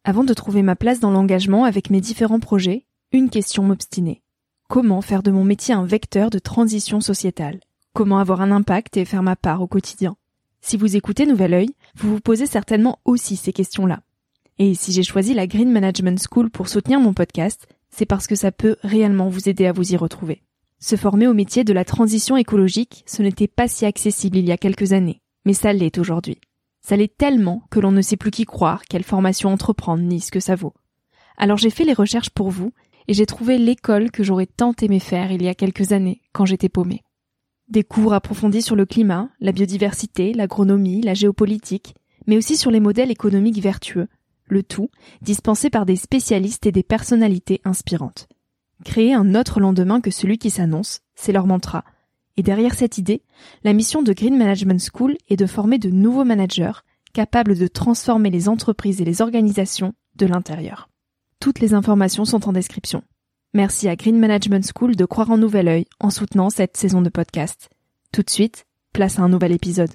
Avant de trouver ma place dans l'engagement avec mes différents projets, une question m'obstinait. Comment faire de mon métier un vecteur de transition sociétale ? Comment avoir un impact et faire ma part au quotidien ? Si vous écoutez Nouvel Œil, vous vous posez certainement aussi ces questions-là. Et si j'ai choisi la Green Management School pour soutenir mon podcast, c'est parce que ça peut réellement vous aider à vous y retrouver. Se former au métier de la transition écologique, ce n'était pas si accessible il y a quelques années, mais ça l'est aujourd'hui. Ça l'est tellement que l'on ne sait plus qui croire, quelle formation entreprendre, ni ce que ça vaut. Alors j'ai fait les recherches pour vous, et j'ai trouvé l'école que j'aurais tant aimé faire il y a quelques années, quand j'étais paumée. Des cours approfondis sur le climat, la biodiversité, l'agronomie, la géopolitique, mais aussi sur les modèles économiques vertueux, le tout dispensé par des spécialistes et des personnalités inspirantes. Créer un autre lendemain que celui qui s'annonce, c'est leur mantra. Et derrière cette idée, la mission de Green Management School est de former de nouveaux managers capables de transformer les entreprises et les organisations de l'intérieur. Toutes les informations sont en description. Merci à Green Management School de croire en Nouvel Œil en soutenant cette saison de podcast. Tout de suite, place à un nouvel épisode.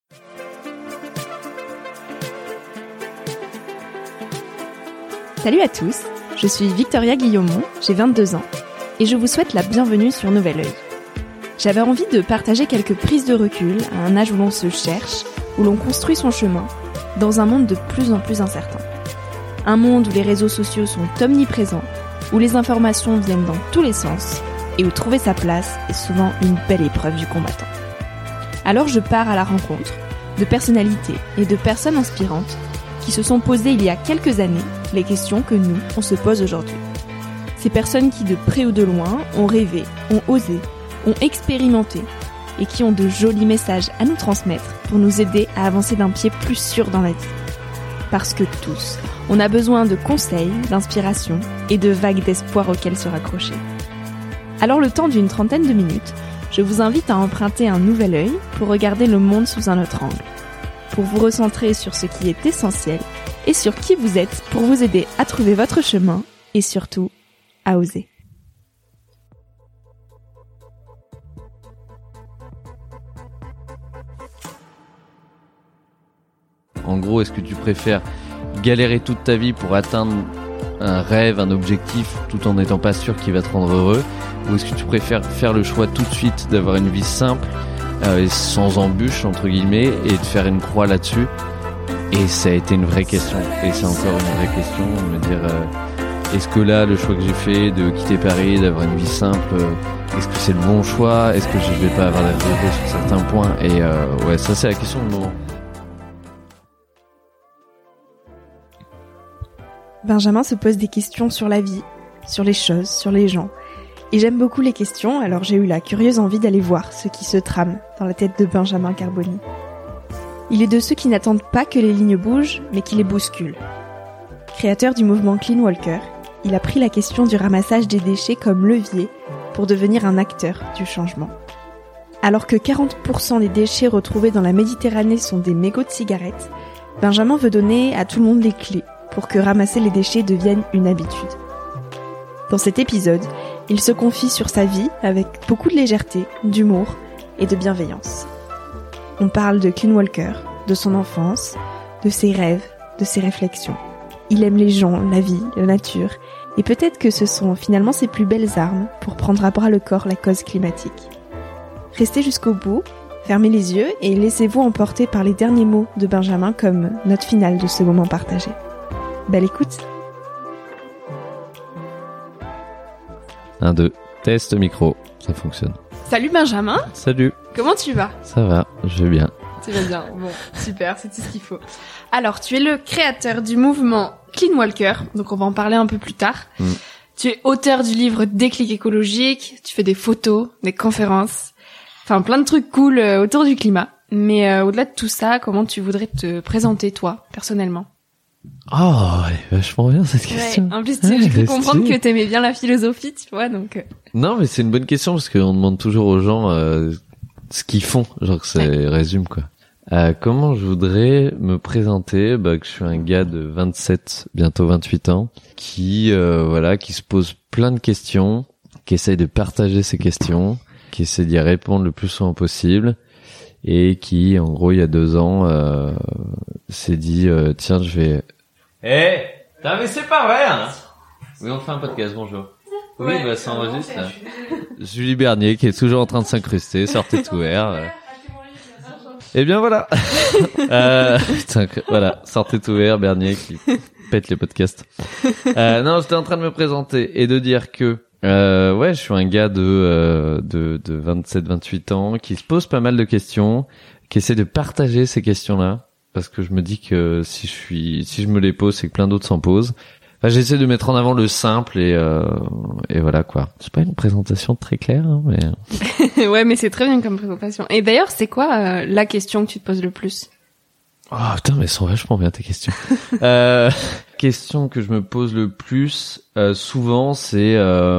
Salut à tous, je suis Victoria Guillaumont, j'ai 22 ans, et je vous souhaite la bienvenue sur Nouvel Œil. J'avais envie de partager quelques prises de recul à un âge où l'on se cherche, où l'on construit son chemin, dans un monde de plus en plus incertain. Un monde où les réseaux sociaux sont omniprésents, où les informations viennent dans tous les sens, et où trouver sa place est souvent une belle épreuve du combattant. Alors je pars à la rencontre de personnalités et de personnes inspirantes qui se sont posées il y a quelques années les questions que nous, on se pose aujourd'hui. Ces personnes qui, de près ou de loin, ont rêvé, ont osé, ont expérimenté et qui ont de jolis messages à nous transmettre pour nous aider à avancer d'un pied plus sûr dans la vie. Parce que tous, on a besoin de conseils, d'inspiration et de vagues d'espoir auxquelles se raccrocher. Alors le temps d'une 30aine de minutes, je vous invite à emprunter un nouvel œil pour regarder le monde sous un autre angle, pour vous recentrer sur ce qui est essentiel et sur qui vous êtes pour vous aider à trouver votre chemin et surtout à oser. En gros, est-ce que tu préfères galérer toute ta vie pour atteindre un rêve, un objectif, tout en n'étant pas sûr qu'il va te rendre heureux ? Ou est-ce que tu préfères faire le choix tout de suite d'avoir une vie simple, sans embûches, entre guillemets, et de faire une croix là-dessus ? Et ça a été une vraie question. Et c'est encore une vraie question, de me dire, est-ce que là, le choix que j'ai fait de quitter Paris, d'avoir une vie simple, est-ce que c'est le bon choix ? Est-ce que je vais pas avoir la vérité sur certains points ? Et ouais, ça c'est la question du moment. Benjamin se pose des questions sur la vie, sur les choses, sur les gens. Et j'aime beaucoup les questions, alors j'ai eu la curieuse envie d'aller voir ce qui se trame dans la tête de Benjamin Carboni. Il est de ceux qui n'attendent pas que les lignes bougent, mais qui les bousculent. Créateur du mouvement Clean Walker, il a pris la question du ramassage des déchets comme levier pour devenir un acteur du changement. Alors que 40% des déchets retrouvés dans la Méditerranée sont des mégots de cigarettes, Benjamin veut donner à tout le monde les clés pour que ramasser les déchets devienne une habitude. Dans cet épisode, il se confie sur sa vie avec beaucoup de légèreté, d'humour et de bienveillance. On parle de Clean Walker, de son enfance, de ses rêves, de ses réflexions. Il aime les gens, la vie, la nature, et peut-être que ce sont finalement ses plus belles armes pour prendre à bras le corps la cause climatique. Restez jusqu'au bout, fermez les yeux et laissez-vous emporter par les derniers mots de Benjamin comme note finale de ce moment partagé. Belle écoute. 1, 2, test micro, ça fonctionne. Salut Benjamin. Salut. Comment tu vas ? Ça va, je vais bien. Tu vas bien, bon, super, c'est tout ce qu'il faut. Alors, tu es le créateur du mouvement Clean Walker, donc on va en parler un peu plus tard. Tu es auteur du livre Déclic écologique, tu fais des photos, des conférences, enfin plein de trucs cool autour du climat. Mais au-delà de tout ça, comment tu voudrais te présenter toi, personnellement ? Oh, elle est vachement bien cette question. Ouais, en plus, j'ai pu comprendre que t'aimais bien la philosophie, tu vois, donc... Non, mais c'est une bonne question parce qu'on demande toujours aux gens ce qu'ils font, genre que ça résume, quoi. Comment je voudrais me présenter? Que je suis un gars de 27, bientôt 28 ans, qui se pose plein de questions, qui essaye de partager ses questions, qui essaie d'y répondre le plus souvent possible, et qui, en gros, il y a 2 ans, s'est dit tiens, je vais... Ah mais c'est pas vrai hein. Oui, on fait un podcast, bonjour. Oui, bah ça enregistre. Julie Bernier qui est toujours en train de s'incruster, sortez tout air. Et bien voilà. Voilà, sortez tout air, Bernier qui pète les podcasts. Non, j'étais en train de me présenter et de dire que ouais, je suis un gars de 27-28 ans qui se pose pas mal de questions, qui essaie de partager ces questions-là. Parce que je me dis que si je me les pose, c'est que plein d'autres s'en posent. Enfin, j'essaie de mettre en avant le simple et voilà quoi. C'est pas une présentation très claire, hein, mais. Ouais, mais c'est très bien comme présentation. Et d'ailleurs, c'est quoi la question que tu te poses le plus? Oh putain, mais elles sont vachement bien tes questions. Question que je me pose le plus souvent, c'est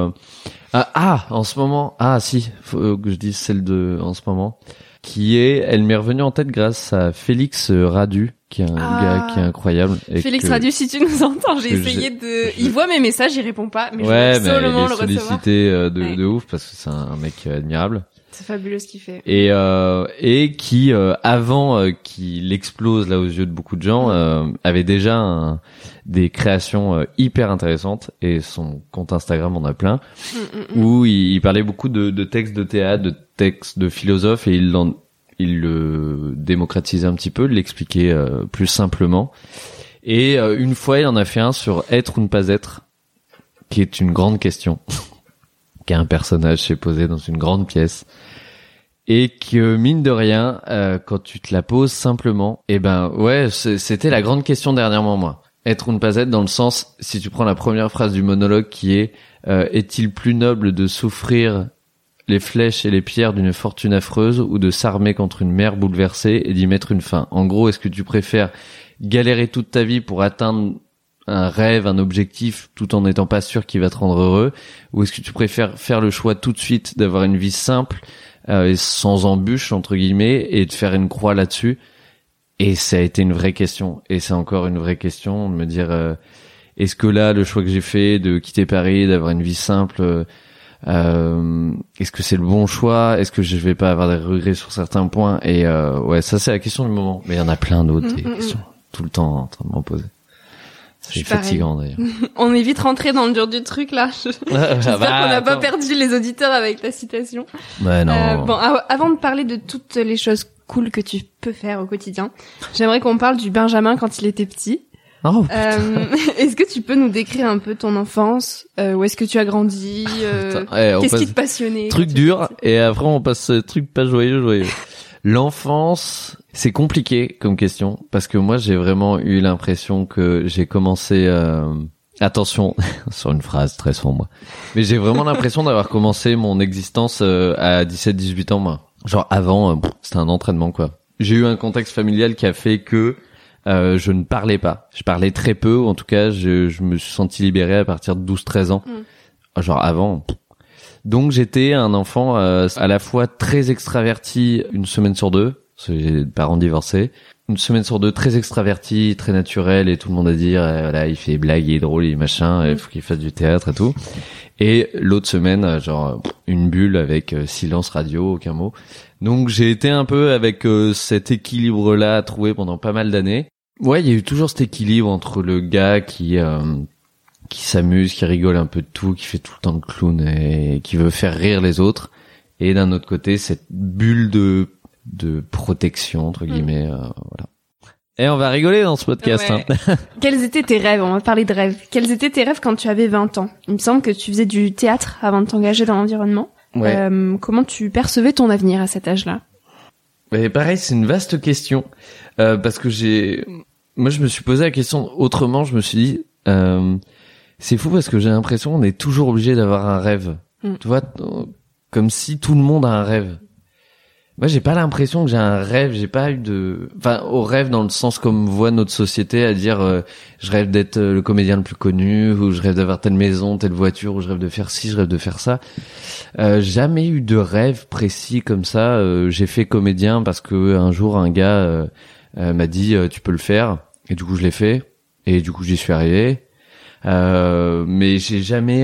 en ce moment. Ah si, faut que je dise celle de en ce moment. Elle m'est revenue en tête grâce à Félix Radu, qui est un gars qui est incroyable. Et Félix Radu, si tu nous entends, j'ai essayé il voit mes messages, il répond pas, mais je veux absolument le recevoir. Ouais, il est sollicité de ouf parce que c'est un mec admirable. C'est fabuleux ce qu'il fait. Et qui, avant qu'il explose là aux yeux de beaucoup de gens, avait déjà des créations hyper intéressantes et son compte Instagram en a plein, où il parlait beaucoup de textes de théâtre, de textes de philosophes et il le démocratisait un petit peu, l'expliquait plus simplement. Et une fois, il en a fait un sur être ou ne pas être, qui est une grande question, qu'un personnage s'est posé dans une grande pièce. Et que mine de rien, quand tu te la poses simplement, c'était la grande question dernièrement moi. Être ou ne pas être, dans le sens, si tu prends la première phrase du monologue qui est est-il plus noble de souffrir les flèches et les pierres d'une fortune affreuse ou de s'armer contre une mer bouleversée et d'y mettre une fin? En gros, est-ce que tu préfères galérer toute ta vie pour atteindre un rêve, un objectif, tout en n'étant pas sûr qu'il va te rendre heureux, ou est-ce que tu préfères faire le choix tout de suite d'avoir une vie simple et sans embûches entre guillemets et de faire une croix là-dessus? Et ça a été une vraie question, et c'est encore une vraie question de me dire est-ce que là le choix que j'ai fait de quitter Paris, d'avoir une vie simple, est-ce que c'est le bon choix? Est-ce que je vais pas avoir des regrets sur certains points? Et ouais, ça c'est la question du moment, mais il y en a plein d'autres des questions tout le temps en train de m'en poser. C'est fatigant d'ailleurs. On est vite rentré dans le dur du truc là. J'espère qu'on n'a pas perdu les auditeurs avec ta citation. Ouais, non. Bon, avant de parler de toutes les choses cool que tu peux faire au quotidien, j'aimerais qu'on parle du Benjamin quand il était petit. Oh, est-ce que tu peux nous décrire un peu ton enfance? Où est-ce que tu as grandi? Qu'est-ce qui te passionnait? Truc dur, et après on passe truc pas joyeux. L'enfance, c'est compliqué comme question, parce que moi j'ai vraiment eu l'impression que j'ai commencé attention sur une phrase très sombre, mais j'ai vraiment l'impression d'avoir commencé mon existence à 17-18 ans moi. Genre avant c'était un entraînement quoi. J'ai eu un contexte familial qui a fait que je ne parlais pas. Je parlais très peu, ou en tout cas je me suis senti libéré à partir de 12-13 ans. Genre avant donc j'étais un enfant à la fois très extraverti une semaine sur deux, parce que j'ai des parents divorcés, une semaine sur deux très extraverti, très naturel, et tout le monde à dire voilà, il fait blagues, il est drôle, il est machin, il faut qu'il fasse du théâtre et tout. Et l'autre semaine genre une bulle avec silence radio, aucun mot. Donc j'ai été un peu avec cet équilibre là à trouver pendant pas mal d'années. Ouais, il y a eu toujours cet équilibre entre le gars qui s'amuse, qui rigole un peu de tout, qui fait tout le temps le clown et qui veut faire rire les autres, et d'un autre côté cette bulle de protection entre guillemets. Voilà. Et on va rigoler dans ce podcast. Ouais. Hein. Quels étaient tes rêves? On va parler de rêves. Quels étaient tes rêves quand tu avais 20 ans? Il me semble que tu faisais du théâtre avant de t'engager dans l'environnement. Ouais. Comment tu percevais ton avenir à cet âge-là? Mais pareil, c'est une vaste question parce que moi je me suis posé la question autrement. Je me suis dit c'est fou parce que j'ai l'impression qu'on est toujours obligé d'avoir un rêve. Tu vois, comme si tout le monde a un rêve. Moi, j'ai pas l'impression que j'ai un rêve, j'ai pas eu au rêve dans le sens comme voit notre société à dire je rêve d'être le comédien le plus connu, ou je rêve d'avoir telle maison, telle voiture, ou je rêve de faire ci, je rêve de faire ça. Jamais eu de rêve précis comme ça. J'ai fait comédien parce que un jour un gars m'a dit tu peux le faire, et du coup je l'ai fait, et du coup j'y suis arrivé. Mais j'ai jamais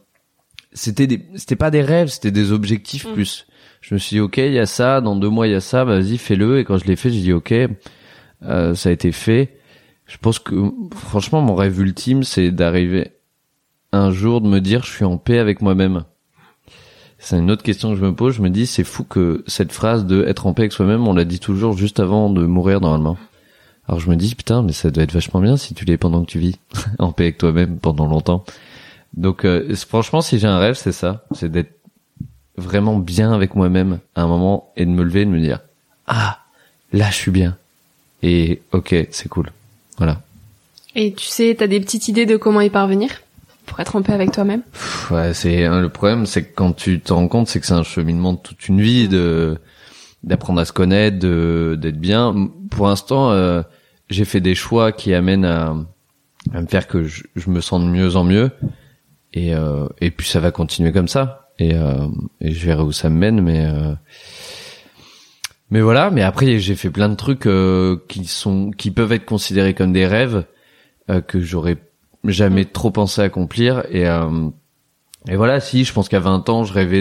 c'était pas des rêves, c'était des objectifs plus. Je me suis dit ok, il y a ça, dans 2 mois il y a ça, vas-y fais-le. Et quand je l'ai fait, j'ai dit ok, ça a été fait. Je pense que, franchement, mon rêve ultime, c'est d'arriver un jour de me dire je suis en paix avec moi-même. C'est une autre question que je me pose. Je me dis, c'est fou que cette phrase de être en paix avec soi-même, on l'a dit toujours juste avant de mourir normalement. Alors je me dis, putain, mais ça doit être vachement bien si tu l'es pendant que tu vis en paix avec toi-même pendant longtemps. Donc franchement, si j'ai un rêve, c'est ça. C'est d'être vraiment bien avec moi-même à un moment et de me lever et de me dire, ah, là je suis bien. Et ok, c'est cool. Voilà. Et tu sais, t'as des petites idées de comment y parvenir pour être en paix avec toi-même? Ouais, le problème, c'est que quand tu te rends compte, c'est que c'est un cheminement de toute une vie, d'apprendre à se connaître, d'être bien. Pour l'instant, j'ai fait des choix qui amènent à me faire que je me sens de mieux en mieux. Et puis ça va continuer comme ça. Et je verrai où ça me mène, mais voilà. Mais après, j'ai fait plein de trucs qui peuvent être considérés comme des rêves que j'aurais jamais trop pensé accomplir. Et voilà. Si, je pense qu'à 20 ans, je rêvais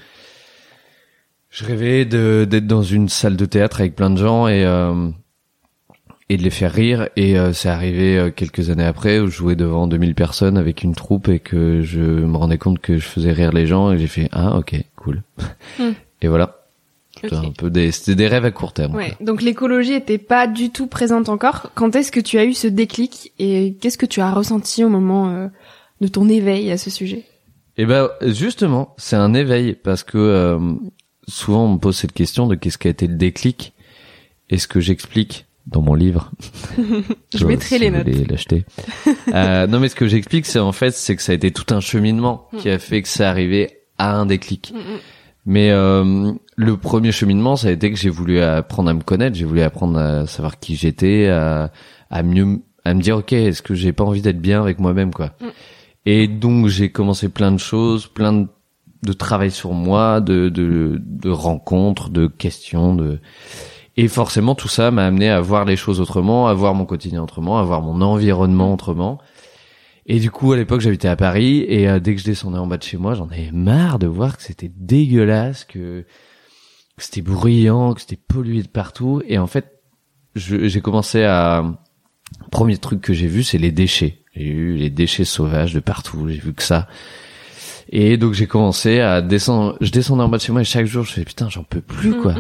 d'être dans une salle de théâtre avec plein de gens et de les faire rire. Et c'est arrivé quelques années après où je jouais devant 2000 personnes avec une troupe et que je me rendais compte que je faisais rire les gens et j'ai fait ah ok cool. Et voilà. Okay. C'était des rêves à court terme. Ouais. Donc l'écologie était pas du tout présente encore. Quand est-ce que tu as eu ce déclic et qu'est-ce que tu as ressenti au moment de ton éveil à ce sujet? Eh ben justement, c'est un éveil parce que souvent on me pose cette question de qu'est-ce qui a été le déclic et ce que j'explique dans mon livre. Je mettrai les notes. Vous voulez l'acheter. Non mais ce que j'explique c'est que ça a été tout un cheminement qui a fait que c'est arrivé à un déclic. Mais le premier cheminement, ça a été que j'ai voulu apprendre à me connaître, j'ai voulu apprendre à savoir qui j'étais, à me dire ok, est-ce que j'ai pas envie d'être bien avec moi-même quoi. Et donc j'ai commencé plein de choses, plein de travail sur moi, de rencontres, de questions, et forcément tout ça m'a amené à voir les choses autrement, à voir mon quotidien autrement, à voir mon environnement autrement. Et du coup, à l'époque, j'habitais à Paris, et dès que je descendais en bas de chez moi, j'en avais marre de voir que c'était dégueulasse, que c'était bruyant, que c'était pollué de partout. Et en fait, j'ai commencé premier truc que j'ai vu, c'est les déchets. J'ai eu les déchets sauvages de partout, j'ai vu que ça. Et donc, j'ai commencé à descendre. Je descendais en bas de chez moi, et chaque jour, je faisais putain, j'en peux plus, quoi.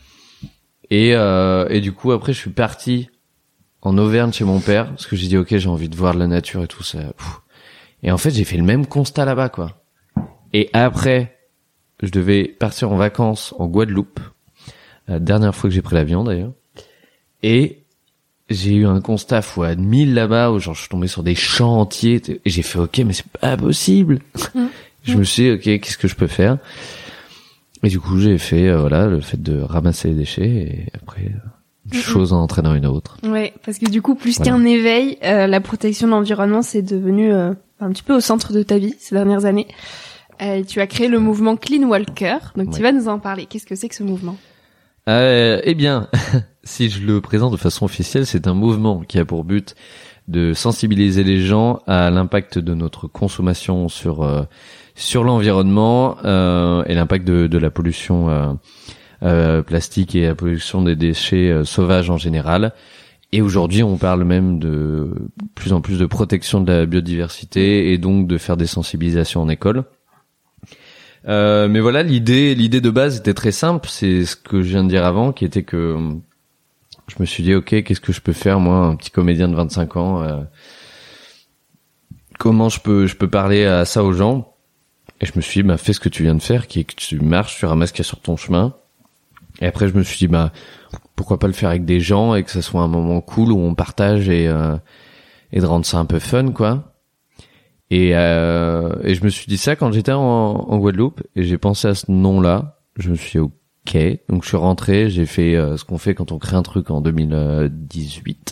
Et du coup, après, je suis parti en Auvergne chez mon père, parce que j'ai dit ok, j'ai envie de voir de la nature et tout ça. Et en fait, j'ai fait le même constat là-bas, quoi. Et après, je devais partir en vacances en Guadeloupe, la dernière fois que j'ai pris l'avion d'ailleurs. Et j'ai eu un constat fois 1000 là-bas, où genre je suis tombé sur des champs entiers, et j'ai fait ok, mais c'est pas possible. Je me suis dit ok, qu'est-ce que je peux faire? Et du coup, j'ai fait le fait de ramasser les déchets, et après une chose en entraînant une autre. Ouais, parce que du coup, plus qu'un éveil, la protection de l'environnement, c'est devenu un petit peu au centre de ta vie ces dernières années. Tu as créé le mouvement Clean Walker, donc tu vas nous en parler. Qu'est-ce que c'est que ce mouvement? Eh bien, si je le présente de façon officielle, c'est un mouvement qui a pour but de sensibiliser les gens à l'impact de notre consommation sur l'environnement et l'impact de la pollution plastique et la pollution des déchets sauvages en général. Et aujourd'hui, on parle même de plus en plus de protection de la biodiversité et donc de faire des sensibilisations en école. Mais voilà, l'idée de base était très simple, c'est ce que je viens de dire avant, qui était que je me suis dit ok, qu'est-ce que je peux faire moi, un petit comédien de 25 ans, comment je peux parler à ça aux gens? Et je me suis dit fais ce que tu viens de faire, qui est que tu marches, tu ramasses ce qu'il y a sur ton chemin. Et après je me suis dit pourquoi pas le faire avec des gens et que ça soit un moment cool où on partage et de rendre ça un peu fun quoi. Et je me suis dit ça quand j'étais en Guadeloupe, et j'ai pensé à ce nom-là. Je me suis dit ok, donc je suis rentré, j'ai fait ce qu'on fait quand on crée un truc en 2018,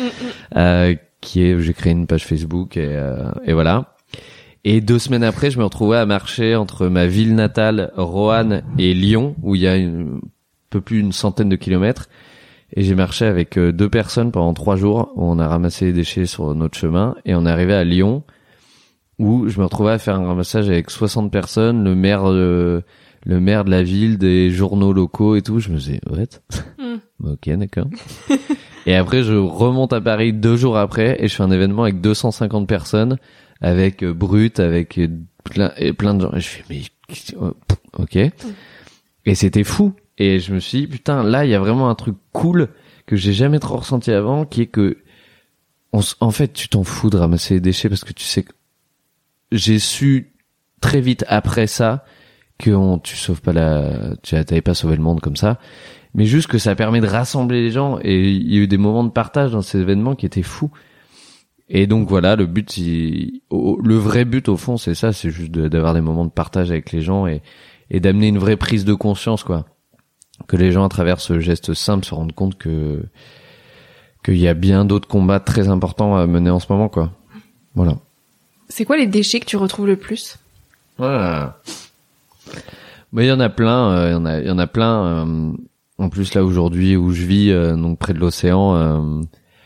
j'ai créé une page Facebook et voilà. Et 2 semaines après, je me retrouvais à marcher entre ma ville natale, Roanne, et Lyon, où il y a un peu plus d'une centaine de kilomètres. Et j'ai marché avec 2 personnes pendant 3 jours, où on a ramassé les déchets sur notre chemin, et on est arrivé à Lyon, où je me retrouvais à faire un ramassage avec 60 personnes, le maire de la ville, des journaux locaux et tout. Je me disais, what? Ok, d'accord. Et après, je remonte à Paris 2 jours après et je fais un événement avec 250 personnes, avec Brut, avec plein de gens. Et je fais, mais, ok. Et c'était fou. Et je me suis dit, putain, là, il y a vraiment un truc cool que j'ai jamais trop ressenti avant, qui est que, en fait, tu t'en fous de ramasser les déchets parce que tu sais que j'ai su très vite après ça que tu sauves pas t'avais pas sauvé le monde comme ça, mais juste que ça permet de rassembler les gens et il y a eu des moments de partage dans ces événements qui étaient fous. Et donc voilà, le vrai but au fond, c'est ça, c'est juste d'avoir des moments de partage avec les gens et d'amener une vraie prise de conscience, quoi. Que les gens à travers ce geste simple se rendent compte qu'il y a bien d'autres combats très importants à mener en ce moment, quoi. Voilà. C'est quoi les déchets que tu retrouves le plus? Voilà. Mais il y en a plein, il y en a plein. En plus là aujourd'hui où je vis, donc près de l'océan,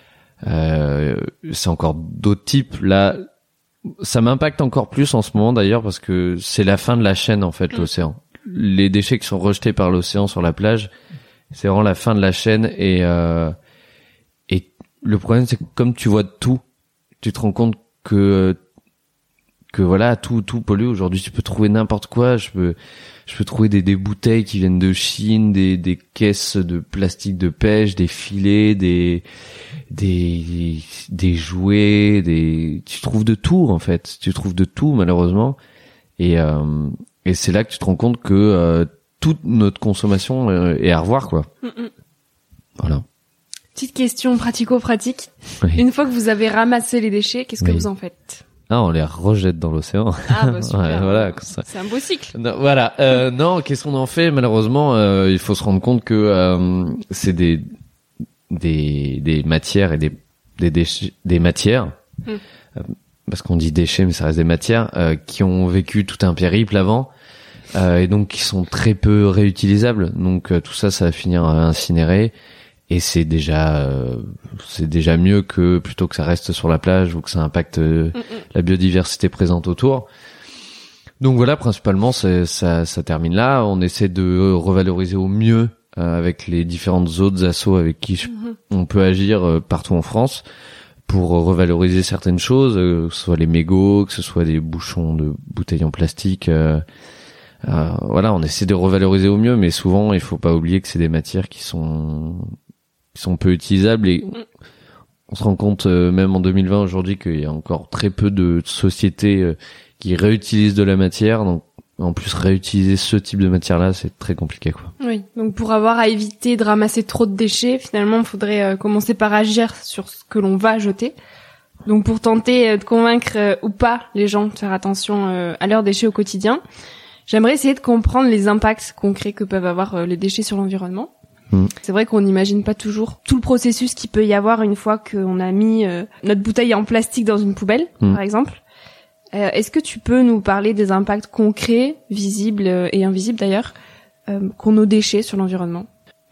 c'est encore d'autres types. Là, ça m'impacte encore plus en ce moment d'ailleurs parce que c'est la fin de la chaîne en fait, l'océan. Les déchets qui sont rejetés par l'océan sur la plage, c'est vraiment la fin de la chaîne et le problème c'est que comme tu vois tout, tu te rends compte que voilà, tout pollue. Aujourd'hui, tu peux trouver n'importe quoi. Je peux trouver des bouteilles qui viennent de Chine, des caisses de plastique de pêche, des filets, des jouets, tu trouves de tout, en fait. Tu trouves de tout, malheureusement. Et c'est là que tu te rends compte que, toute notre consommation est à revoir, quoi. Voilà. Petite question pratico-pratique. Oui. Une fois que vous avez ramassé les déchets, qu'est-ce que vous en faites? Ah, on les rejette dans l'océan. Ah, bah, super. Ouais, voilà, comme ça. C'est un beau cycle. Non, voilà. Non, qu'est-ce qu'on en fait? Malheureusement, il faut se rendre compte que c'est des matières et des déchets, des matières. Parce qu'on dit déchets, mais ça reste des matières qui ont vécu tout un périple avant et donc qui sont très peu réutilisables. Donc tout ça va finir incinéré. Et c'est déjà mieux que plutôt que ça reste sur la plage ou que ça impacte la biodiversité présente autour. Donc voilà, principalement ça termine là. On essaie de revaloriser au mieux avec les différentes autres assos avec qui on peut agir partout en France pour revaloriser certaines choses, que ce soit les mégots, que ce soit des bouchons de bouteilles en plastique. Voilà, on essaie de revaloriser au mieux, mais souvent il faut pas oublier que c'est des matières qui sont peu utilisables et on se rend compte même en 2020 aujourd'hui qu'il y a encore très peu de sociétés qui réutilisent de la matière. Donc en plus réutiliser ce type de matière-là, c'est très compliqué, quoi. Oui, donc pour avoir à éviter de ramasser trop de déchets, finalement, il faudrait commencer par agir sur ce que l'on va jeter. Donc pour tenter de convaincre ou pas les gens de faire attention à leurs déchets au quotidien, j'aimerais essayer de comprendre les impacts concrets que peuvent avoir les déchets sur l'environnement. C'est vrai qu'on n'imagine pas toujours tout le processus qu'il peut y avoir une fois qu'on a mis notre bouteille en plastique dans une poubelle, par exemple. Est-ce que tu peux nous parler des impacts concrets, visibles et invisibles d'ailleurs, qu'ont nos déchets sur l'environnement?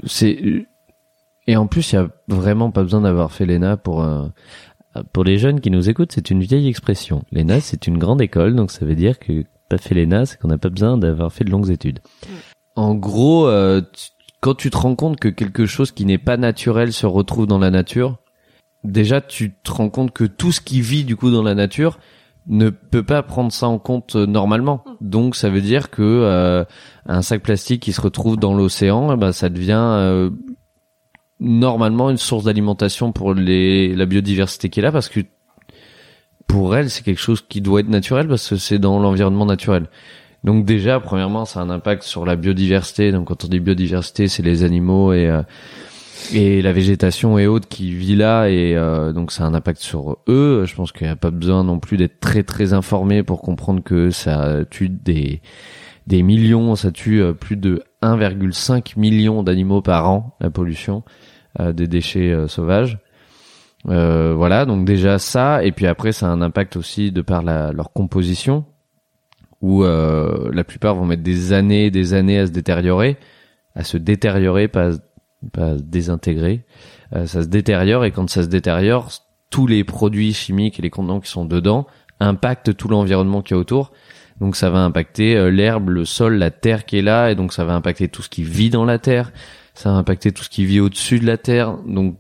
Et en plus, il y a vraiment pas besoin d'avoir fait l'ENA pour les jeunes qui nous écoutent, c'est une vieille expression. L'ENA, c'est une grande école, donc ça veut dire que pas fait l'ENA, c'est qu'on n'a pas besoin d'avoir fait de longues études. En gros, quand tu te rends compte que quelque chose qui n'est pas naturel se retrouve dans la nature, déjà tu te rends compte que tout ce qui vit du coup dans la nature ne peut pas prendre ça en compte normalement. Donc ça veut dire que un sac plastique qui se retrouve dans l'océan, ça devient normalement une source d'alimentation pour la biodiversité qui est là, parce que pour elle c'est quelque chose qui doit être naturel parce que c'est dans l'environnement naturel. Donc déjà, premièrement, ça a un impact sur la biodiversité. Donc quand on dit biodiversité, c'est les animaux et la végétation et autres qui vit là, et donc ça a un impact sur eux. Je pense qu'il n'y a pas besoin non plus d'être très très informé pour comprendre que ça tue des millions, ça tue plus de 1,5 million d'animaux par an, la pollution des déchets sauvages. Voilà, donc déjà ça, et puis après ça a un impact aussi de par leur composition, où la plupart vont mettre des années à se détériorer, pas à se désintégrer. Ça se détériore, et quand ça se détériore, tous les produits chimiques et les contenants qui sont dedans impactent tout l'environnement qui est autour. Donc ça va impacter l'herbe, le sol, la terre qui est là, et donc ça va impacter tout ce qui vit dans la terre, ça va impacter tout ce qui vit au-dessus de la terre. Donc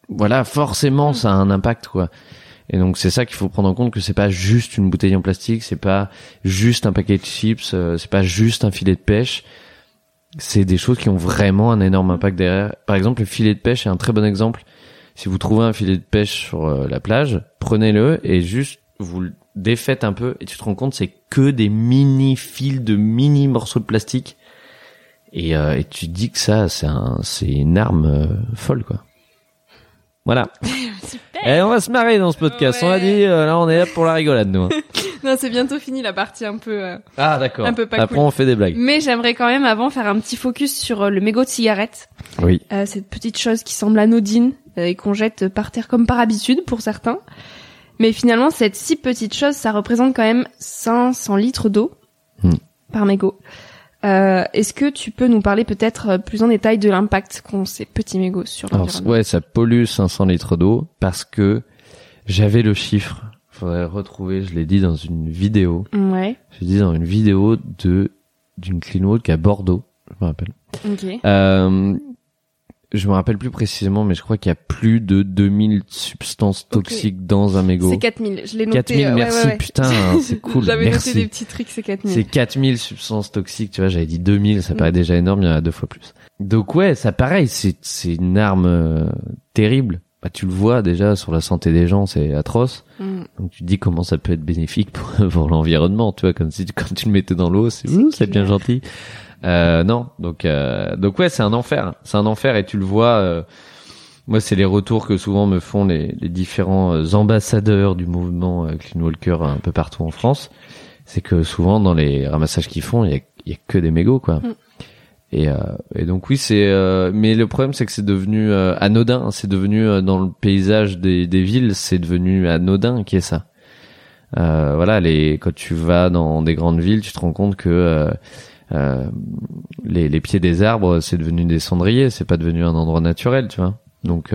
voilà, forcément ça a un impact quoi. Et donc c'est ça qu'il faut prendre en compte, que c'est pas juste une bouteille en plastique, c'est pas juste un paquet de chips, c'est pas juste un filet de pêche. C'est des choses qui ont vraiment un énorme impact derrière. Par exemple, le filet de pêche est un très bon exemple. Si vous trouvez un filet de pêche sur la plage, prenez-le et juste vous le défaites un peu et tu te rends compte c'est que des mini fils de mini morceaux de plastique. Et tu te dis que ça c'est une arme folle quoi. Voilà. Super. Et on va se marrer dans ce podcast. Ouais. On a dit là on est là pour la rigolade nous. Non, c'est bientôt fini la partie un peu Ah d'accord. un peu pas Après cool. on fait des blagues. Mais j'aimerais quand même avant faire un petit focus sur le mégot de cigarette. Oui. Cette petite chose qui semble anodine et qu'on jette par terre comme par habitude pour certains. Mais finalement, cette si petite chose, ça représente quand même 500 litres d'eau par mégot. Est-ce que tu peux nous parler peut-être plus en détail de l'impact qu'ont ces petits mégots sur l'environnement? Ouais, ça pollue 500 litres d'eau parce que j'avais le chiffre. Faudrait le retrouver, je l'ai dit dans une vidéo. Ouais. J'ai dit dans une vidéo d'une clean walk à Bordeaux, je me rappelle. Ok. Je me rappelle plus précisément, mais je crois qu'il y a plus de 2000 substances toxiques dans un mégot. C'est 4000. Je l'ai noté. 4000, merci, ouais. putain, hein, c'est cool. J'avais merci. noté des petits trucs, c'est 4000. C'est 4000 substances toxiques, tu vois, j'avais dit 2000, ça paraît déjà énorme, il y en a 2 fois plus. Donc ouais, ça pareil, c'est une arme terrible. Bah, tu le vois déjà sur la santé des gens, c'est atroce. Donc tu te dis comment ça peut être bénéfique pour l'environnement, tu vois, comme si quand tu le mettais dans l'eau, c'est bien gentil. Non, donc ouais, c'est un enfer et tu le vois. Moi, c'est les retours que souvent me font les différents ambassadeurs du mouvement Clean Walker un peu partout en France. C'est que souvent dans les ramassages qu'ils font, il y a que des mégots quoi. Et donc oui, mais le problème c'est que c'est devenu anodin, c'est devenu dans le paysage des villes, c'est devenu anodin qui est ça. Voilà, quand tu vas dans des grandes villes, tu te rends compte que les pieds des arbres, c'est devenu des cendriers, c'est pas devenu un endroit naturel, tu vois. Donc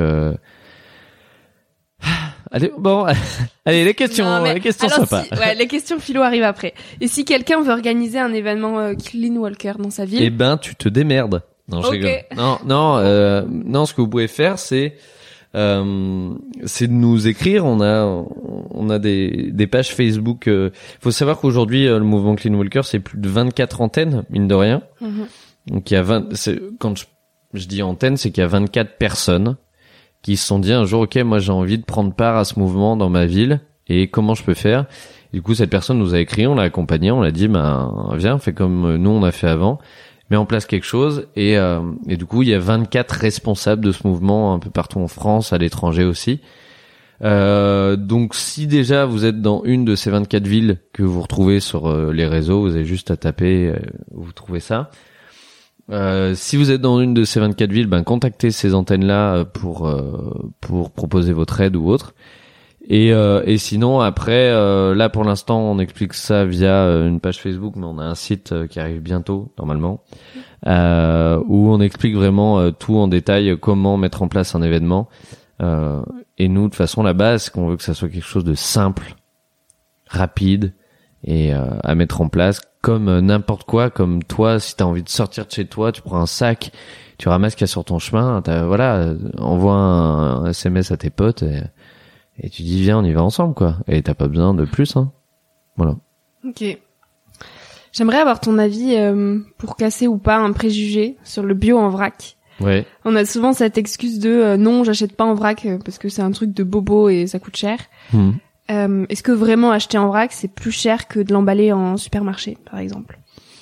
allez, bon, allez, les questions sympas. Les questions philo arrivent après. Et si quelqu'un veut organiser un événement Clean Walker dans sa ville? Eh ben, tu te démerdes. Non, je rigole. Non, ce que vous pouvez faire, c'est de nous écrire. On a des pages Facebook. Faut savoir qu'aujourd'hui, le mouvement Clean Walker, c'est plus de 24 antennes, mine de rien. Donc, il y a quand je dis antenne, c'est qu'il y a 24 personnes qui se sont dit un jour, ok, moi j'ai envie de prendre part à ce mouvement dans ma ville et comment je peux faire. Et du coup, cette personne nous a écrit, on l'a accompagné, on l'a dit, viens, fais comme nous on a fait avant, mets en place quelque chose. Et du coup, il y a 24 responsables de ce mouvement un peu partout en France, à l'étranger aussi. Donc si déjà vous êtes dans une de ces 24 villes que vous retrouvez sur les réseaux, vous avez juste à taper, vous trouvez ça. Si vous êtes dans une de ces 24 villes, contactez ces antennes-là pour proposer votre aide ou autre. Et sinon après, là pour l'instant, on explique ça via une page Facebook, mais on a un site qui arrive bientôt normalement, où on explique vraiment tout en détail comment mettre en place un événement. Et nous, de toute façon, la base, c'est qu'on veut que ça soit quelque chose de simple, rapide et à mettre en place. Comme n'importe quoi, comme toi, si t'as envie de sortir de chez toi, tu prends un sac, tu ramasses ce qu'il y a sur ton chemin, envoie un SMS à tes potes et tu dis viens, on y va ensemble quoi. Et t'as pas besoin de plus, hein. Voilà. Ok. J'aimerais avoir ton avis pour casser ou pas un préjugé sur le bio en vrac. Ouais. On a souvent cette excuse de non, j'achète pas en vrac parce que c'est un truc de bobo et ça coûte cher. Est-ce que vraiment acheter en vrac, c'est plus cher que de l'emballer en supermarché, par exemple?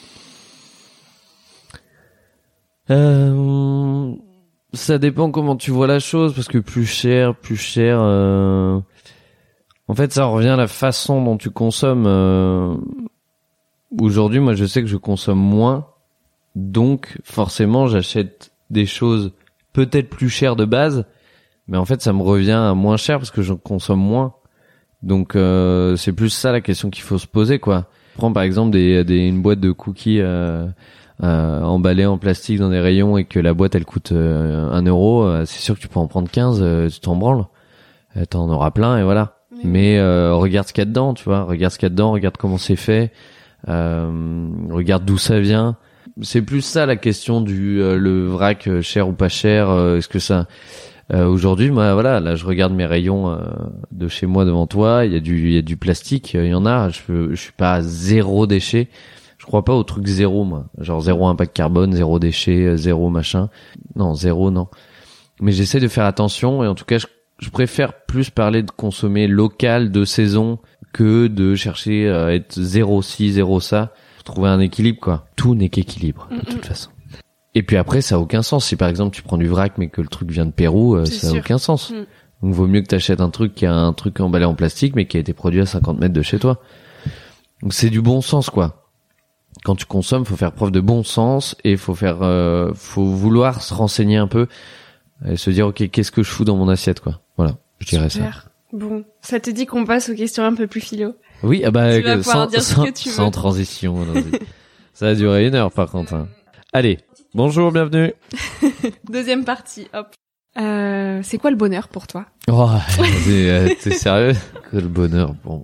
Ça dépend comment tu vois la chose, parce que plus cher. En fait, ça revient à la façon dont tu consommes. Aujourd'hui, moi, je sais que je consomme moins, donc forcément, j'achète des choses peut-être plus chères de base, mais en fait, ça me revient à moins cher parce que je consomme moins. Donc c'est plus ça la question qu'il faut se poser quoi. Prends par exemple une boîte de cookies emballée en plastique dans des rayons et que la boîte elle coûte 1 euro, c'est sûr que tu peux en prendre 15, tu t'en branles. T'en auras plein et voilà. Oui. Mais regarde ce qu'il y a dedans, tu vois, regarde comment c'est fait, regarde d'où ça vient. C'est plus ça la question du le vrac cher ou pas cher, est-ce que ça Aujourd'hui, moi, voilà, là, je regarde mes rayons de chez moi devant toi. Il y a du plastique. Il y en a. Je suis pas à zéro déchet. Je crois pas au truc zéro, moi. Genre zéro impact carbone, zéro déchet, zéro machin. Non, zéro, non. Mais j'essaie de faire attention. Et en tout cas, je préfère plus parler de consommer local, de saison, que de chercher à être zéro ci, zéro ça. Faut trouver un équilibre, quoi. Tout n'est qu'équilibre, de toute façon. Et puis après, ça a aucun sens. Si par exemple tu prends du vrac mais que le truc vient de Pérou, ça a aucun sens. Donc vaut mieux que t'achètes un truc qui a un truc emballé en plastique mais qui a été produit à 50 mètres de chez toi. Donc c'est du bon sens, quoi. Quand tu consommes, faut faire preuve de bon sens et faut vouloir se renseigner un peu et se dire ok, qu'est-ce que je fous dans mon assiette, quoi. Voilà, je dirais ça. Bon, ça te dit qu'on passe aux questions un peu plus philo? Oui, ah bah tu vas pouvoir dire ce que tu veux. Sans transition. Ça a duré 1 heure par contre. Hein. Allez. Bonjour, bienvenue. Deuxième partie, hop. C'est quoi le bonheur pour toi? Oh, t'es sérieux? Que le bonheur, bon.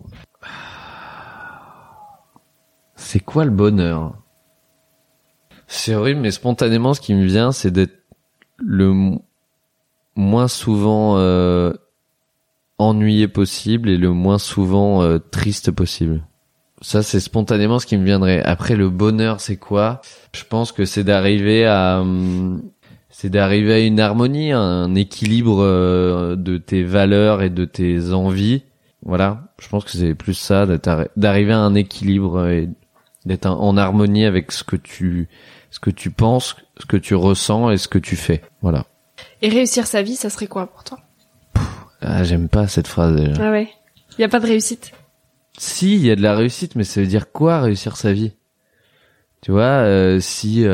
C'est quoi le bonheur? C'est horrible, mais spontanément, ce qui me vient, c'est d'être le moins souvent ennuyé possible et le moins souvent triste possible. Ça, c'est spontanément ce qui me viendrait. Après, le bonheur, c'est quoi? Je pense que c'est d'arriver à une harmonie, un équilibre de tes valeurs et de tes envies. Voilà. Je pense que c'est plus ça, d'arriver à un équilibre et d'être en harmonie avec ce que tu penses, ce que tu ressens et ce que tu fais. Voilà. Et réussir sa vie, ça serait quoi pour toi? J'aime pas cette phrase déjà. Ah ouais. Y a pas de réussite? Si, il y a de la réussite, mais ça veut dire quoi, réussir sa vie? Tu vois, si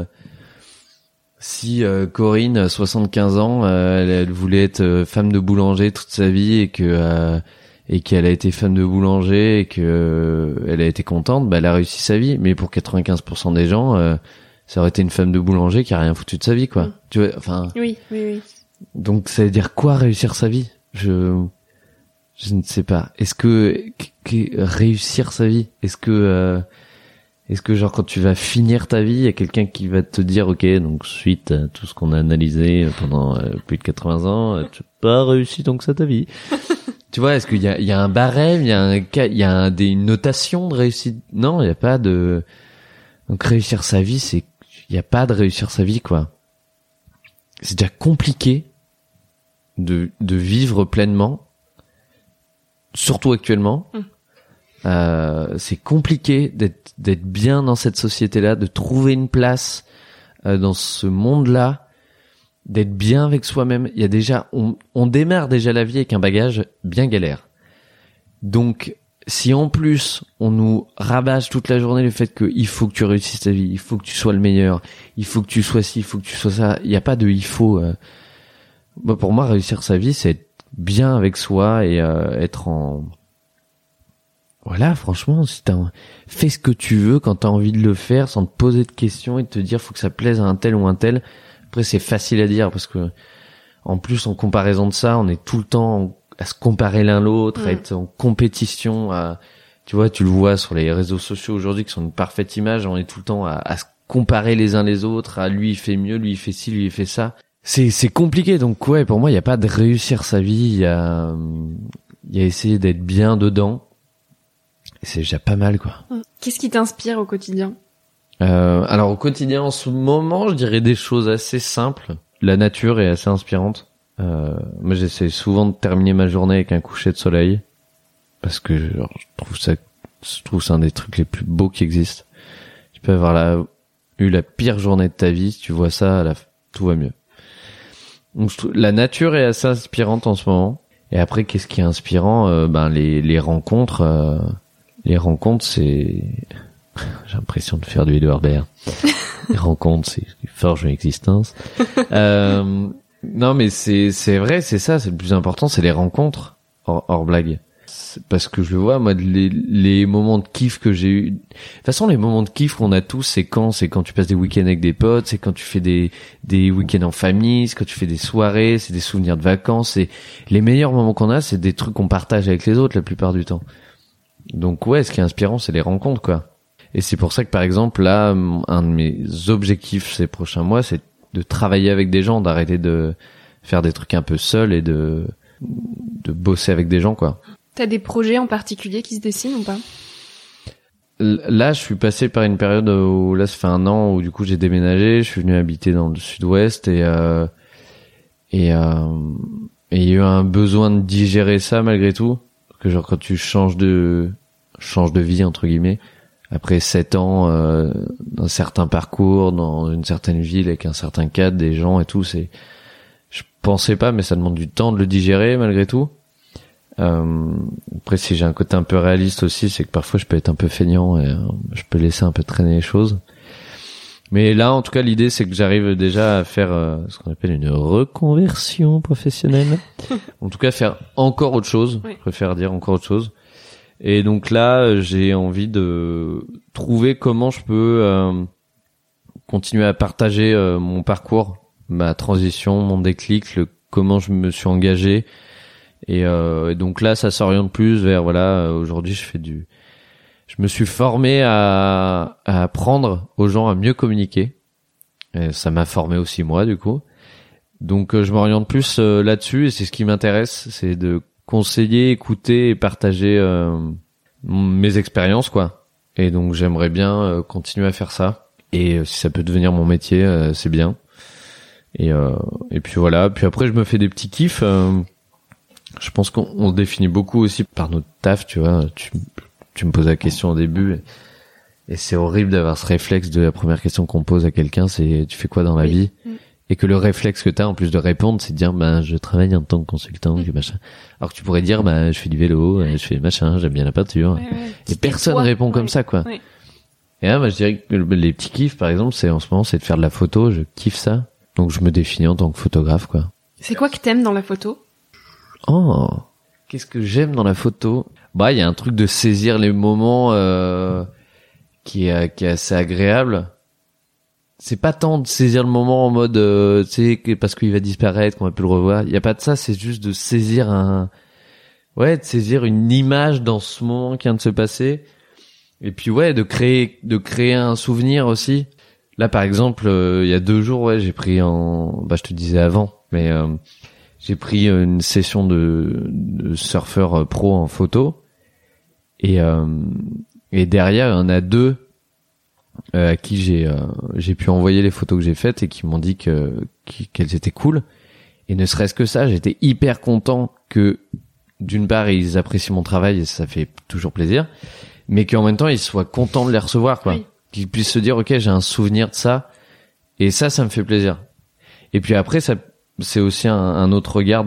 Corinne, 75 ans, elle voulait être femme de boulanger toute sa vie et qu'elle a été femme de boulanger et que elle a été contente, bah elle a réussi sa vie. Mais pour 95% des gens, ça aurait été une femme de boulanger qui a rien foutu de sa vie, quoi. Tu vois, enfin. Oui. Donc ça veut dire quoi, réussir sa vie? Je ne sais pas. Est-ce que réussir sa vie, est-ce que genre quand tu vas finir ta vie, il y a quelqu'un qui va te dire ok, donc suite à tout ce qu'on a analysé pendant plus de 80 ans, tu n'as pas réussi donc ça ta vie. Tu vois, est-ce qu'il y a un barème, il y a une notation de réussite? Non, il y a pas de. Donc réussir sa vie, il y a pas de réussir sa vie, quoi. C'est déjà compliqué de vivre pleinement. Surtout actuellement, c'est compliqué d'être bien dans cette société-là, de trouver une place dans ce monde-là, d'être bien avec soi-même. Il y a déjà, on démarre déjà la vie avec un bagage bien galère. Donc, si en plus on nous rabâche toute la journée le fait qu'il faut que tu réussisses ta vie, il faut que tu sois le meilleur, il faut que tu sois ci, il faut que tu sois ça, il n'y a pas de il faut. Bah pour moi, réussir sa vie, c'est être bien avec soi et être en. Voilà, franchement, si fais ce que tu veux quand t'as envie de le faire, sans te poser de questions et de te dire faut que ça plaise à un tel ou un tel. Après, c'est facile à dire parce que en plus, en comparaison de ça, on est tout le temps à se comparer l'un l'autre, à être en compétition. Tu vois, tu le vois sur les réseaux sociaux aujourd'hui qui sont une parfaite image. On est tout le temps à se comparer les uns les autres. À lui il fait mieux, lui il fait ci, lui il fait ça. C'est compliqué. Donc ouais, pour moi, il y a pas de réussir sa vie. Il y a essayer d'être bien dedans. Et c'est déjà pas mal, quoi. Qu'est-ce qui t'inspire au quotidien? Alors au quotidien, en ce moment, je dirais des choses assez simples. La nature est assez inspirante. Moi, j'essaie souvent de terminer ma journée avec un coucher de soleil parce que je trouve ça un des trucs les plus beaux qui existent. Tu peux avoir eu la pire journée de ta vie, si tu vois ça, tout va mieux. Donc la nature est assez inspirante en ce moment. Et après, qu'est-ce qui est inspirant? Les rencontres. Les rencontres, c'est. J'ai l'impression de faire du Edouard Baird. Les rencontres, c'est ce qui forge une existence. Non, mais c'est vrai, c'est ça, c'est le plus important, c'est les rencontres, hors blague. C'est parce que je le vois, moi, les moments de kiff que j'ai eu. De toute façon, les moments de kiff qu'on a tous, c'est quand tu passes des week-ends avec des potes, c'est quand tu fais des week-ends en famille, c'est quand tu fais des soirées, c'est des souvenirs de vacances. Et les meilleurs moments qu'on a, c'est des trucs qu'on partage avec les autres la plupart du temps. Donc ouais, ce qui est inspirant, c'est les rencontres, quoi. Et c'est pour ça que, par exemple, là, un de mes objectifs ces prochains mois, c'est de travailler avec des gens, d'arrêter de faire des trucs un peu seul et de bosser avec des gens, quoi. T'as des projets en particulier qui se dessinent ou pas? Là, je suis passé par une période où, là, ça fait 1 an où du coup j'ai déménagé, je suis venu habiter dans le sud-ouest et il y a eu un besoin de digérer ça malgré tout. Parce que genre quand tu changes de vie entre guillemets, après 7 ans d'un certain parcours, dans une certaine ville avec un certain cadre, des gens et tout, je pensais pas, mais ça demande du temps de le digérer malgré tout. Après, si j'ai un côté un peu réaliste aussi, c'est que parfois je peux être un peu feignant et je peux laisser un peu traîner les choses. Mais là, en tout cas, l'idée, c'est que j'arrive déjà à faire ce qu'on appelle une reconversion professionnelle. En tout cas, faire encore autre chose. Oui. Je préfère dire encore autre chose. Et donc là, j'ai envie de trouver comment je peux continuer à partager mon parcours, ma transition, mon déclic, comment je me suis engagé. Et donc là, ça s'oriente plus vers aujourd'hui, je me suis formé à apprendre aux gens à mieux communiquer. Et ça m'a formé aussi moi, du coup. Donc je m'oriente plus là-dessus et c'est ce qui m'intéresse, c'est de conseiller, écouter et partager mes expériences, quoi. Et donc j'aimerais bien continuer à faire ça. Et si ça peut devenir mon métier, c'est bien. Et puis voilà. Puis après, je me fais des petits kiffs. Je pense qu'on se définit beaucoup aussi par notre taf, tu vois. Tu me poses la question au début et c'est horrible d'avoir ce réflexe de la première question qu'on pose à quelqu'un, c'est tu fais quoi dans la vie? Et que le réflexe que t'as en plus de répondre, c'est de dire je travaille en tant que consultant, machin. Alors que tu pourrais dire je fais du vélo, je fais machin, j'aime bien la peinture. Et personne répond comme ça, quoi. Et là, moi je dirais que les petits kiffs, par exemple, c'est en ce moment, c'est de faire de la photo, je kiffe ça. Donc je me définis en tant que photographe, quoi. C'est quoi que t'aimes dans la photo? Oh, qu'est-ce que j'aime dans la photo? Il y a un truc de saisir les moments qui est assez agréable. C'est pas tant de saisir le moment en mode tu sais parce qu'il va disparaître qu'on va plus le revoir. Il y a pas de ça, c'est juste de saisir de saisir une image dans ce moment qui vient de se passer. Et puis de créer un souvenir aussi. Là par exemple, il y a 2 jours, j'ai pris je te disais avant, mais j'ai pris une session de surfeur pro en photo et derrière il y en a 2 à qui j'ai pu envoyer les photos que j'ai faites et qui m'ont dit qu'elles étaient cool. Et ne serait-ce que ça, j'étais hyper content que d'une part ils apprécient mon travail et ça fait toujours plaisir, mais qu'en même temps ils soient contents de les recevoir, quoi. Oui. Qu'ils puissent se dire ok, j'ai un souvenir de ça et ça me fait plaisir. Et puis après ça c'est aussi un autre regard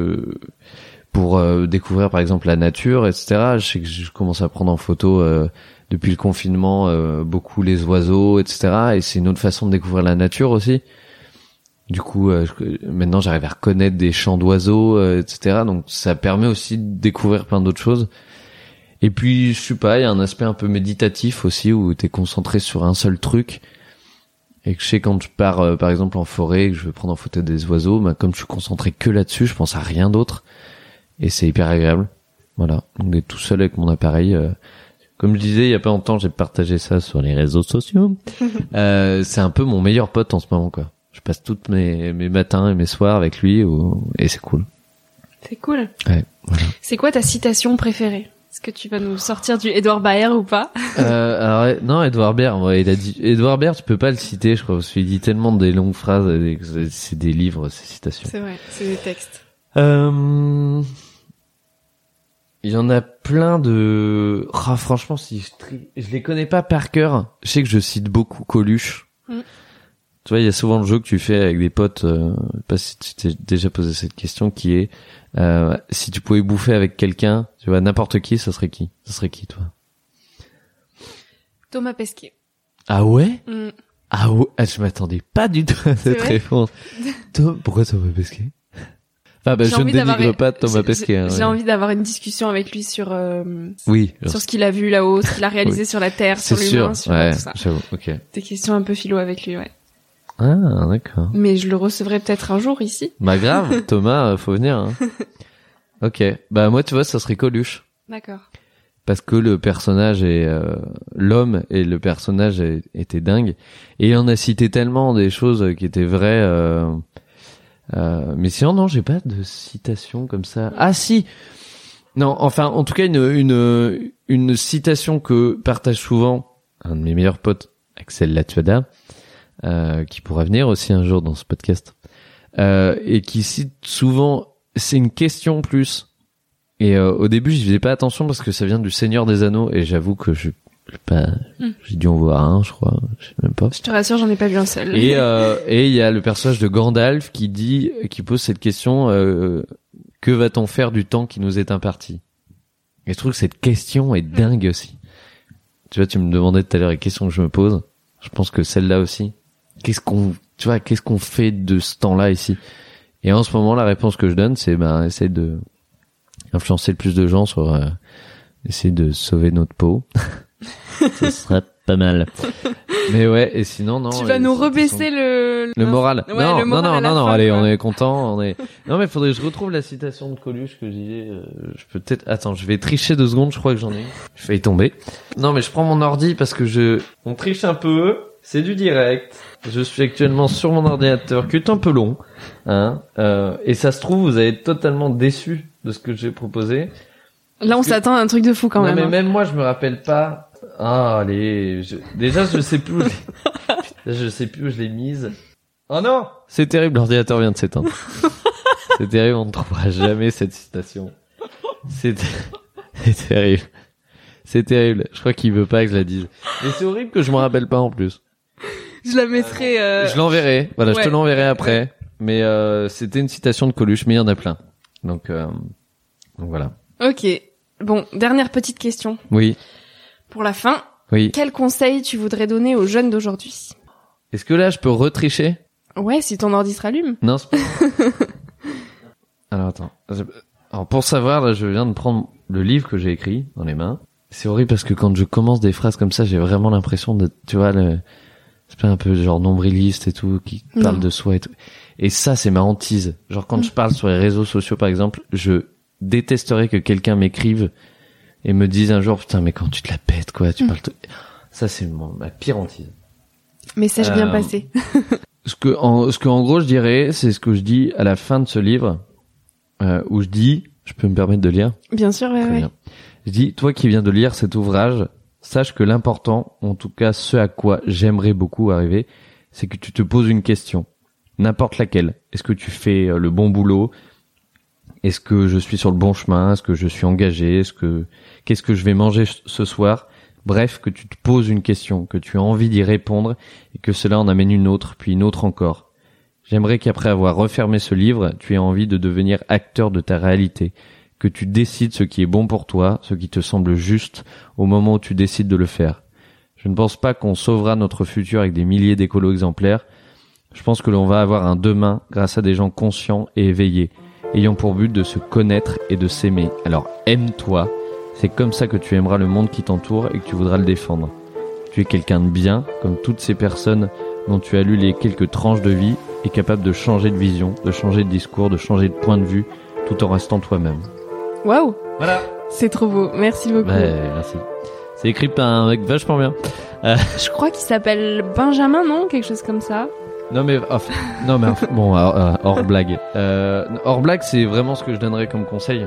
pour découvrir par exemple la nature, etc. Je sais que je commence à prendre en photo depuis le confinement beaucoup les oiseaux, etc. Et c'est une autre façon de découvrir la nature aussi. Du coup, maintenant j'arrive à reconnaître des chants d'oiseaux, etc. Donc ça permet aussi de découvrir plein d'autres choses. Et puis je sais pas, il y a un aspect un peu méditatif aussi où t'es concentré sur un seul truc. Et que je sais quand je pars par exemple en forêt et que je veux prendre en photo des oiseaux, comme je suis concentré que là-dessus, je pense à rien d'autre et c'est hyper agréable. Voilà, donc d'être tout seul avec mon appareil. Comme je disais il y a pas longtemps, j'ai partagé ça sur les réseaux sociaux. C'est un peu mon meilleur pote en ce moment, quoi. Je passe toutes mes matins et mes soirs avec lui et c'est cool. C'est cool. Ouais, voilà. C'est quoi ta citation préférée? Est-ce que tu vas nous sortir du Edouard Baer ou pas? Alors non, Edouard Baer, il a dit Edouard Baer, tu peux pas le citer, je crois, parce qu'il dit tellement des longues phrases, c'est des livres, ces citations. C'est vrai, c'est des textes. Il y en a plein de franchement, si je les connais pas par cœur, je sais que je cite beaucoup Coluche. Tu vois, il y a souvent le jeu que tu fais avec des potes, je sais pas si tu t'es déjà posé cette question, qui est si tu pouvais bouffer avec quelqu'un, tu vois, n'importe qui, ça serait qui? Ça serait qui, toi? Thomas Pesquet. Ah ouais? Ah ouais? Je m'attendais pas du tout à cette réponse. Pourquoi Thomas Pesquet? Enfin, je ne dénigre pas Thomas Pesquet. Hein, j'ai envie d'avoir une discussion avec lui sur sur ce qu'il a vu là-haut, ce qu'il a réalisé sur la Terre, sur l'humain, sur tout ça. J'avoue, ok. Des questions un peu philo avec lui, ouais. Ah, d'accord. Mais je le recevrai peut-être un jour ici. Grave, Thomas, faut venir. Hein. Ok. Moi, tu vois, ça serait Coluche. D'accord. Parce que le personnage est l'homme et le personnage était dingue. Et il en a cité tellement des choses qui étaient vraies. Mais sinon, non, j'ai pas de citation comme ça. Ah si. Non, enfin, en tout cas, une citation que partage souvent un de mes meilleurs potes, Axel Latuada, qui pourra venir aussi un jour dans ce podcast, et qui cite souvent, c'est une question plus. Et au début, j'y faisais pas attention parce que ça vient du Seigneur des Anneaux, et j'avoue que j'ai dû en voir un, je crois, je sais même pas. Je te rassure, j'en ai pas vu un seul. Et il y a le personnage de Gandalf qui pose cette question, que va-t-on faire du temps qui nous est imparti? Et je trouve que cette question est dingue aussi. Tu vois, tu me demandais tout à l'heure les questions que je me pose. Je pense que celle-là aussi. Qu'est-ce qu'on fait de ce temps-là ici? Et en ce moment, la réponse que je donne, c'est, essayer de influencer le plus de gens sur, essayer de sauver notre peau. Ce serait pas mal. Mais ouais, et sinon, non. Tu vas nous rebaisser le moral. Ouais, non, le moral non, allez, on est content, Non, mais faudrait que je retrouve la citation de Coluche que je disais, je peux peut-être, attends, je vais tricher 2 secondes, je crois que j'en ai. Je vais y tomber. Non, mais je prends mon ordi parce que on triche un peu, c'est du direct. Je suis actuellement sur mon ordinateur, qui est un peu long, hein, et ça se trouve, vous allez être totalement déçus de ce que j'ai proposé. Là, on s'attend à un truc de fou quand même. Non, mais même moi, je me rappelle pas. Ah, allez, déjà, je sais plus où je l'ai mise. Oh non! C'est terrible, l'ordinateur vient de s'éteindre. C'est terrible, on ne trouvera jamais cette citation. C'est terrible. C'est terrible. Je crois qu'il veut pas que je la dise. Mais c'est horrible que je m'en rappelle pas en plus. Je la mettrai, Je l'enverrai. Voilà, ouais. Je te l'enverrai après. Mais, c'était une citation de Coluche, mais il y en a plein. Donc voilà. Ok. Bon, dernière petite question. Oui. Pour la fin. Oui. Quel conseil tu voudrais donner aux jeunes d'aujourd'hui? Est-ce que là, je peux retricher? Ouais, si ton ordi se rallume. Non, c'est pas... Alors, attends. Alors, pour savoir, là, je viens de prendre le livre que j'ai écrit dans les mains. C'est horrible parce que quand je commence des phrases comme ça, j'ai vraiment l'impression de, tu vois, c'est pas un peu genre nombriliste et tout, qui parle de soi et tout. Et ça, c'est ma hantise. Genre, quand je parle sur les réseaux sociaux, par exemple, je détesterais que quelqu'un m'écrive et me dise un jour, putain, mais quand tu te la pètes, quoi, tu parles ça, c'est ma pire hantise. Message bien passé. Ce que en gros, je dirais, c'est ce que je dis à la fin de ce livre, où je dis, je peux me permettre de lire? Bien sûr, ouais, ouais. Bien. Je dis, toi qui viens de lire cet ouvrage, sache que l'important, en tout cas ce à quoi j'aimerais beaucoup arriver, c'est que tu te poses une question. N'importe laquelle. Est-ce que tu fais le bon boulot? Est-ce que je suis sur le bon chemin? Est-ce que je suis engagé? Qu'est-ce que je vais manger ce soir? Bref, que tu te poses une question, que tu as envie d'y répondre et que cela en amène une autre, puis une autre encore. J'aimerais qu'après avoir refermé ce livre, tu aies envie de devenir acteur de ta réalité, que tu décides ce qui est bon pour toi, ce qui te semble juste au moment où tu décides de le faire. Je ne pense pas qu'on sauvera notre futur avec des milliers d'écolos exemplaires. Je pense que l'on va avoir un demain grâce à des gens conscients et éveillés, ayant pour but de se connaître et de s'aimer. Alors aime-toi, c'est comme ça que tu aimeras le monde qui t'entoure et que tu voudras le défendre. Tu es quelqu'un de bien, comme toutes ces personnes dont tu as lu les quelques tranches de vie, et capable de changer de vision, de changer de discours, de changer de point de vue, tout en restant toi-même. Waouh! Voilà! C'est trop beau, merci beaucoup. Ouais, merci. C'est écrit par un mec vachement bien. Je crois qu'il s'appelle Benjamin, non? Quelque chose comme ça. Non mais bon, hors blague. Hors blague, c'est vraiment ce que je donnerais comme conseil.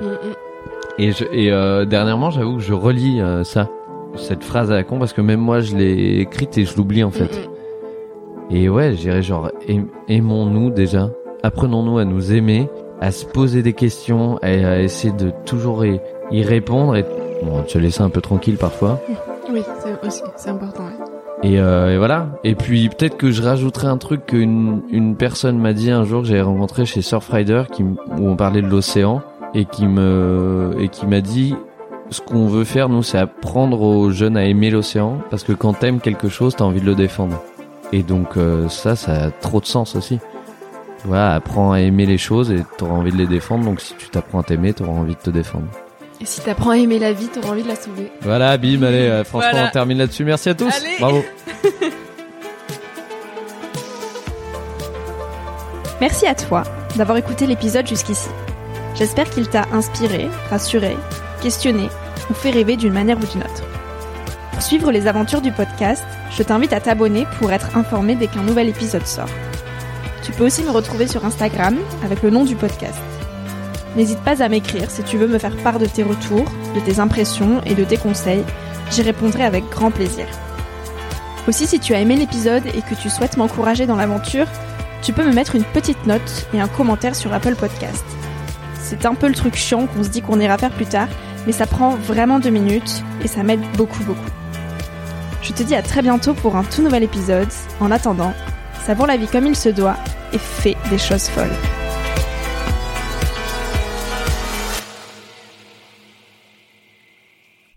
Et dernièrement, j'avoue que je relis cette phrase à la con, parce que même moi je l'ai écrite et je l'oublie en fait. Et ouais, je dirais genre aimons-nous déjà, apprenons-nous à nous aimer, à se poser des questions, à essayer de toujours y répondre et bon, de se laisser un peu tranquille parfois. Oui, c'est important. Ouais. Et voilà. Et puis peut-être que je rajouterai un truc qu'une personne m'a dit un jour que j'avais rencontré chez Surfrider, où on parlait de l'océan, et qui m'a dit, ce qu'on veut faire nous, c'est apprendre aux jeunes à aimer l'océan, parce que quand t'aimes quelque chose, t'as envie de le défendre. Et donc ça a trop de sens aussi. Voilà, apprends à aimer les choses et t'auras envie de les défendre. Donc si tu t'apprends à t'aimer, t'auras envie de te défendre. Et si t'apprends à aimer la vie, t'auras envie de la sauver. Voilà, bim, allez, franchement, voilà. On termine là-dessus. Merci à tous. Allez. Bravo. Merci à toi d'avoir écouté l'épisode jusqu'ici. J'espère qu'il t'a inspiré, rassuré, questionné ou fait rêver d'une manière ou d'une autre. Pour suivre les aventures du podcast, je t'invite à t'abonner pour être informé dès qu'un nouvel épisode sort. Tu Tu peux aussi me retrouver sur Instagram avec le nom du podcast. N'hésite pas à m'écrire si tu veux me faire part de tes retours, de tes impressions et de tes conseils. J'y répondrai avec grand plaisir. Aussi, si tu as aimé l'épisode et que tu souhaites m'encourager dans l'aventure, tu peux me mettre une petite note et un commentaire sur Apple Podcast. C'est un peu le truc chiant qu'on se dit qu'on ira faire plus tard, mais ça prend vraiment 2 minutes et ça m'aide beaucoup. Je te dis à très bientôt pour un tout nouvel épisode. En attendant, savoure la vie comme il se doit et fais des choses folles.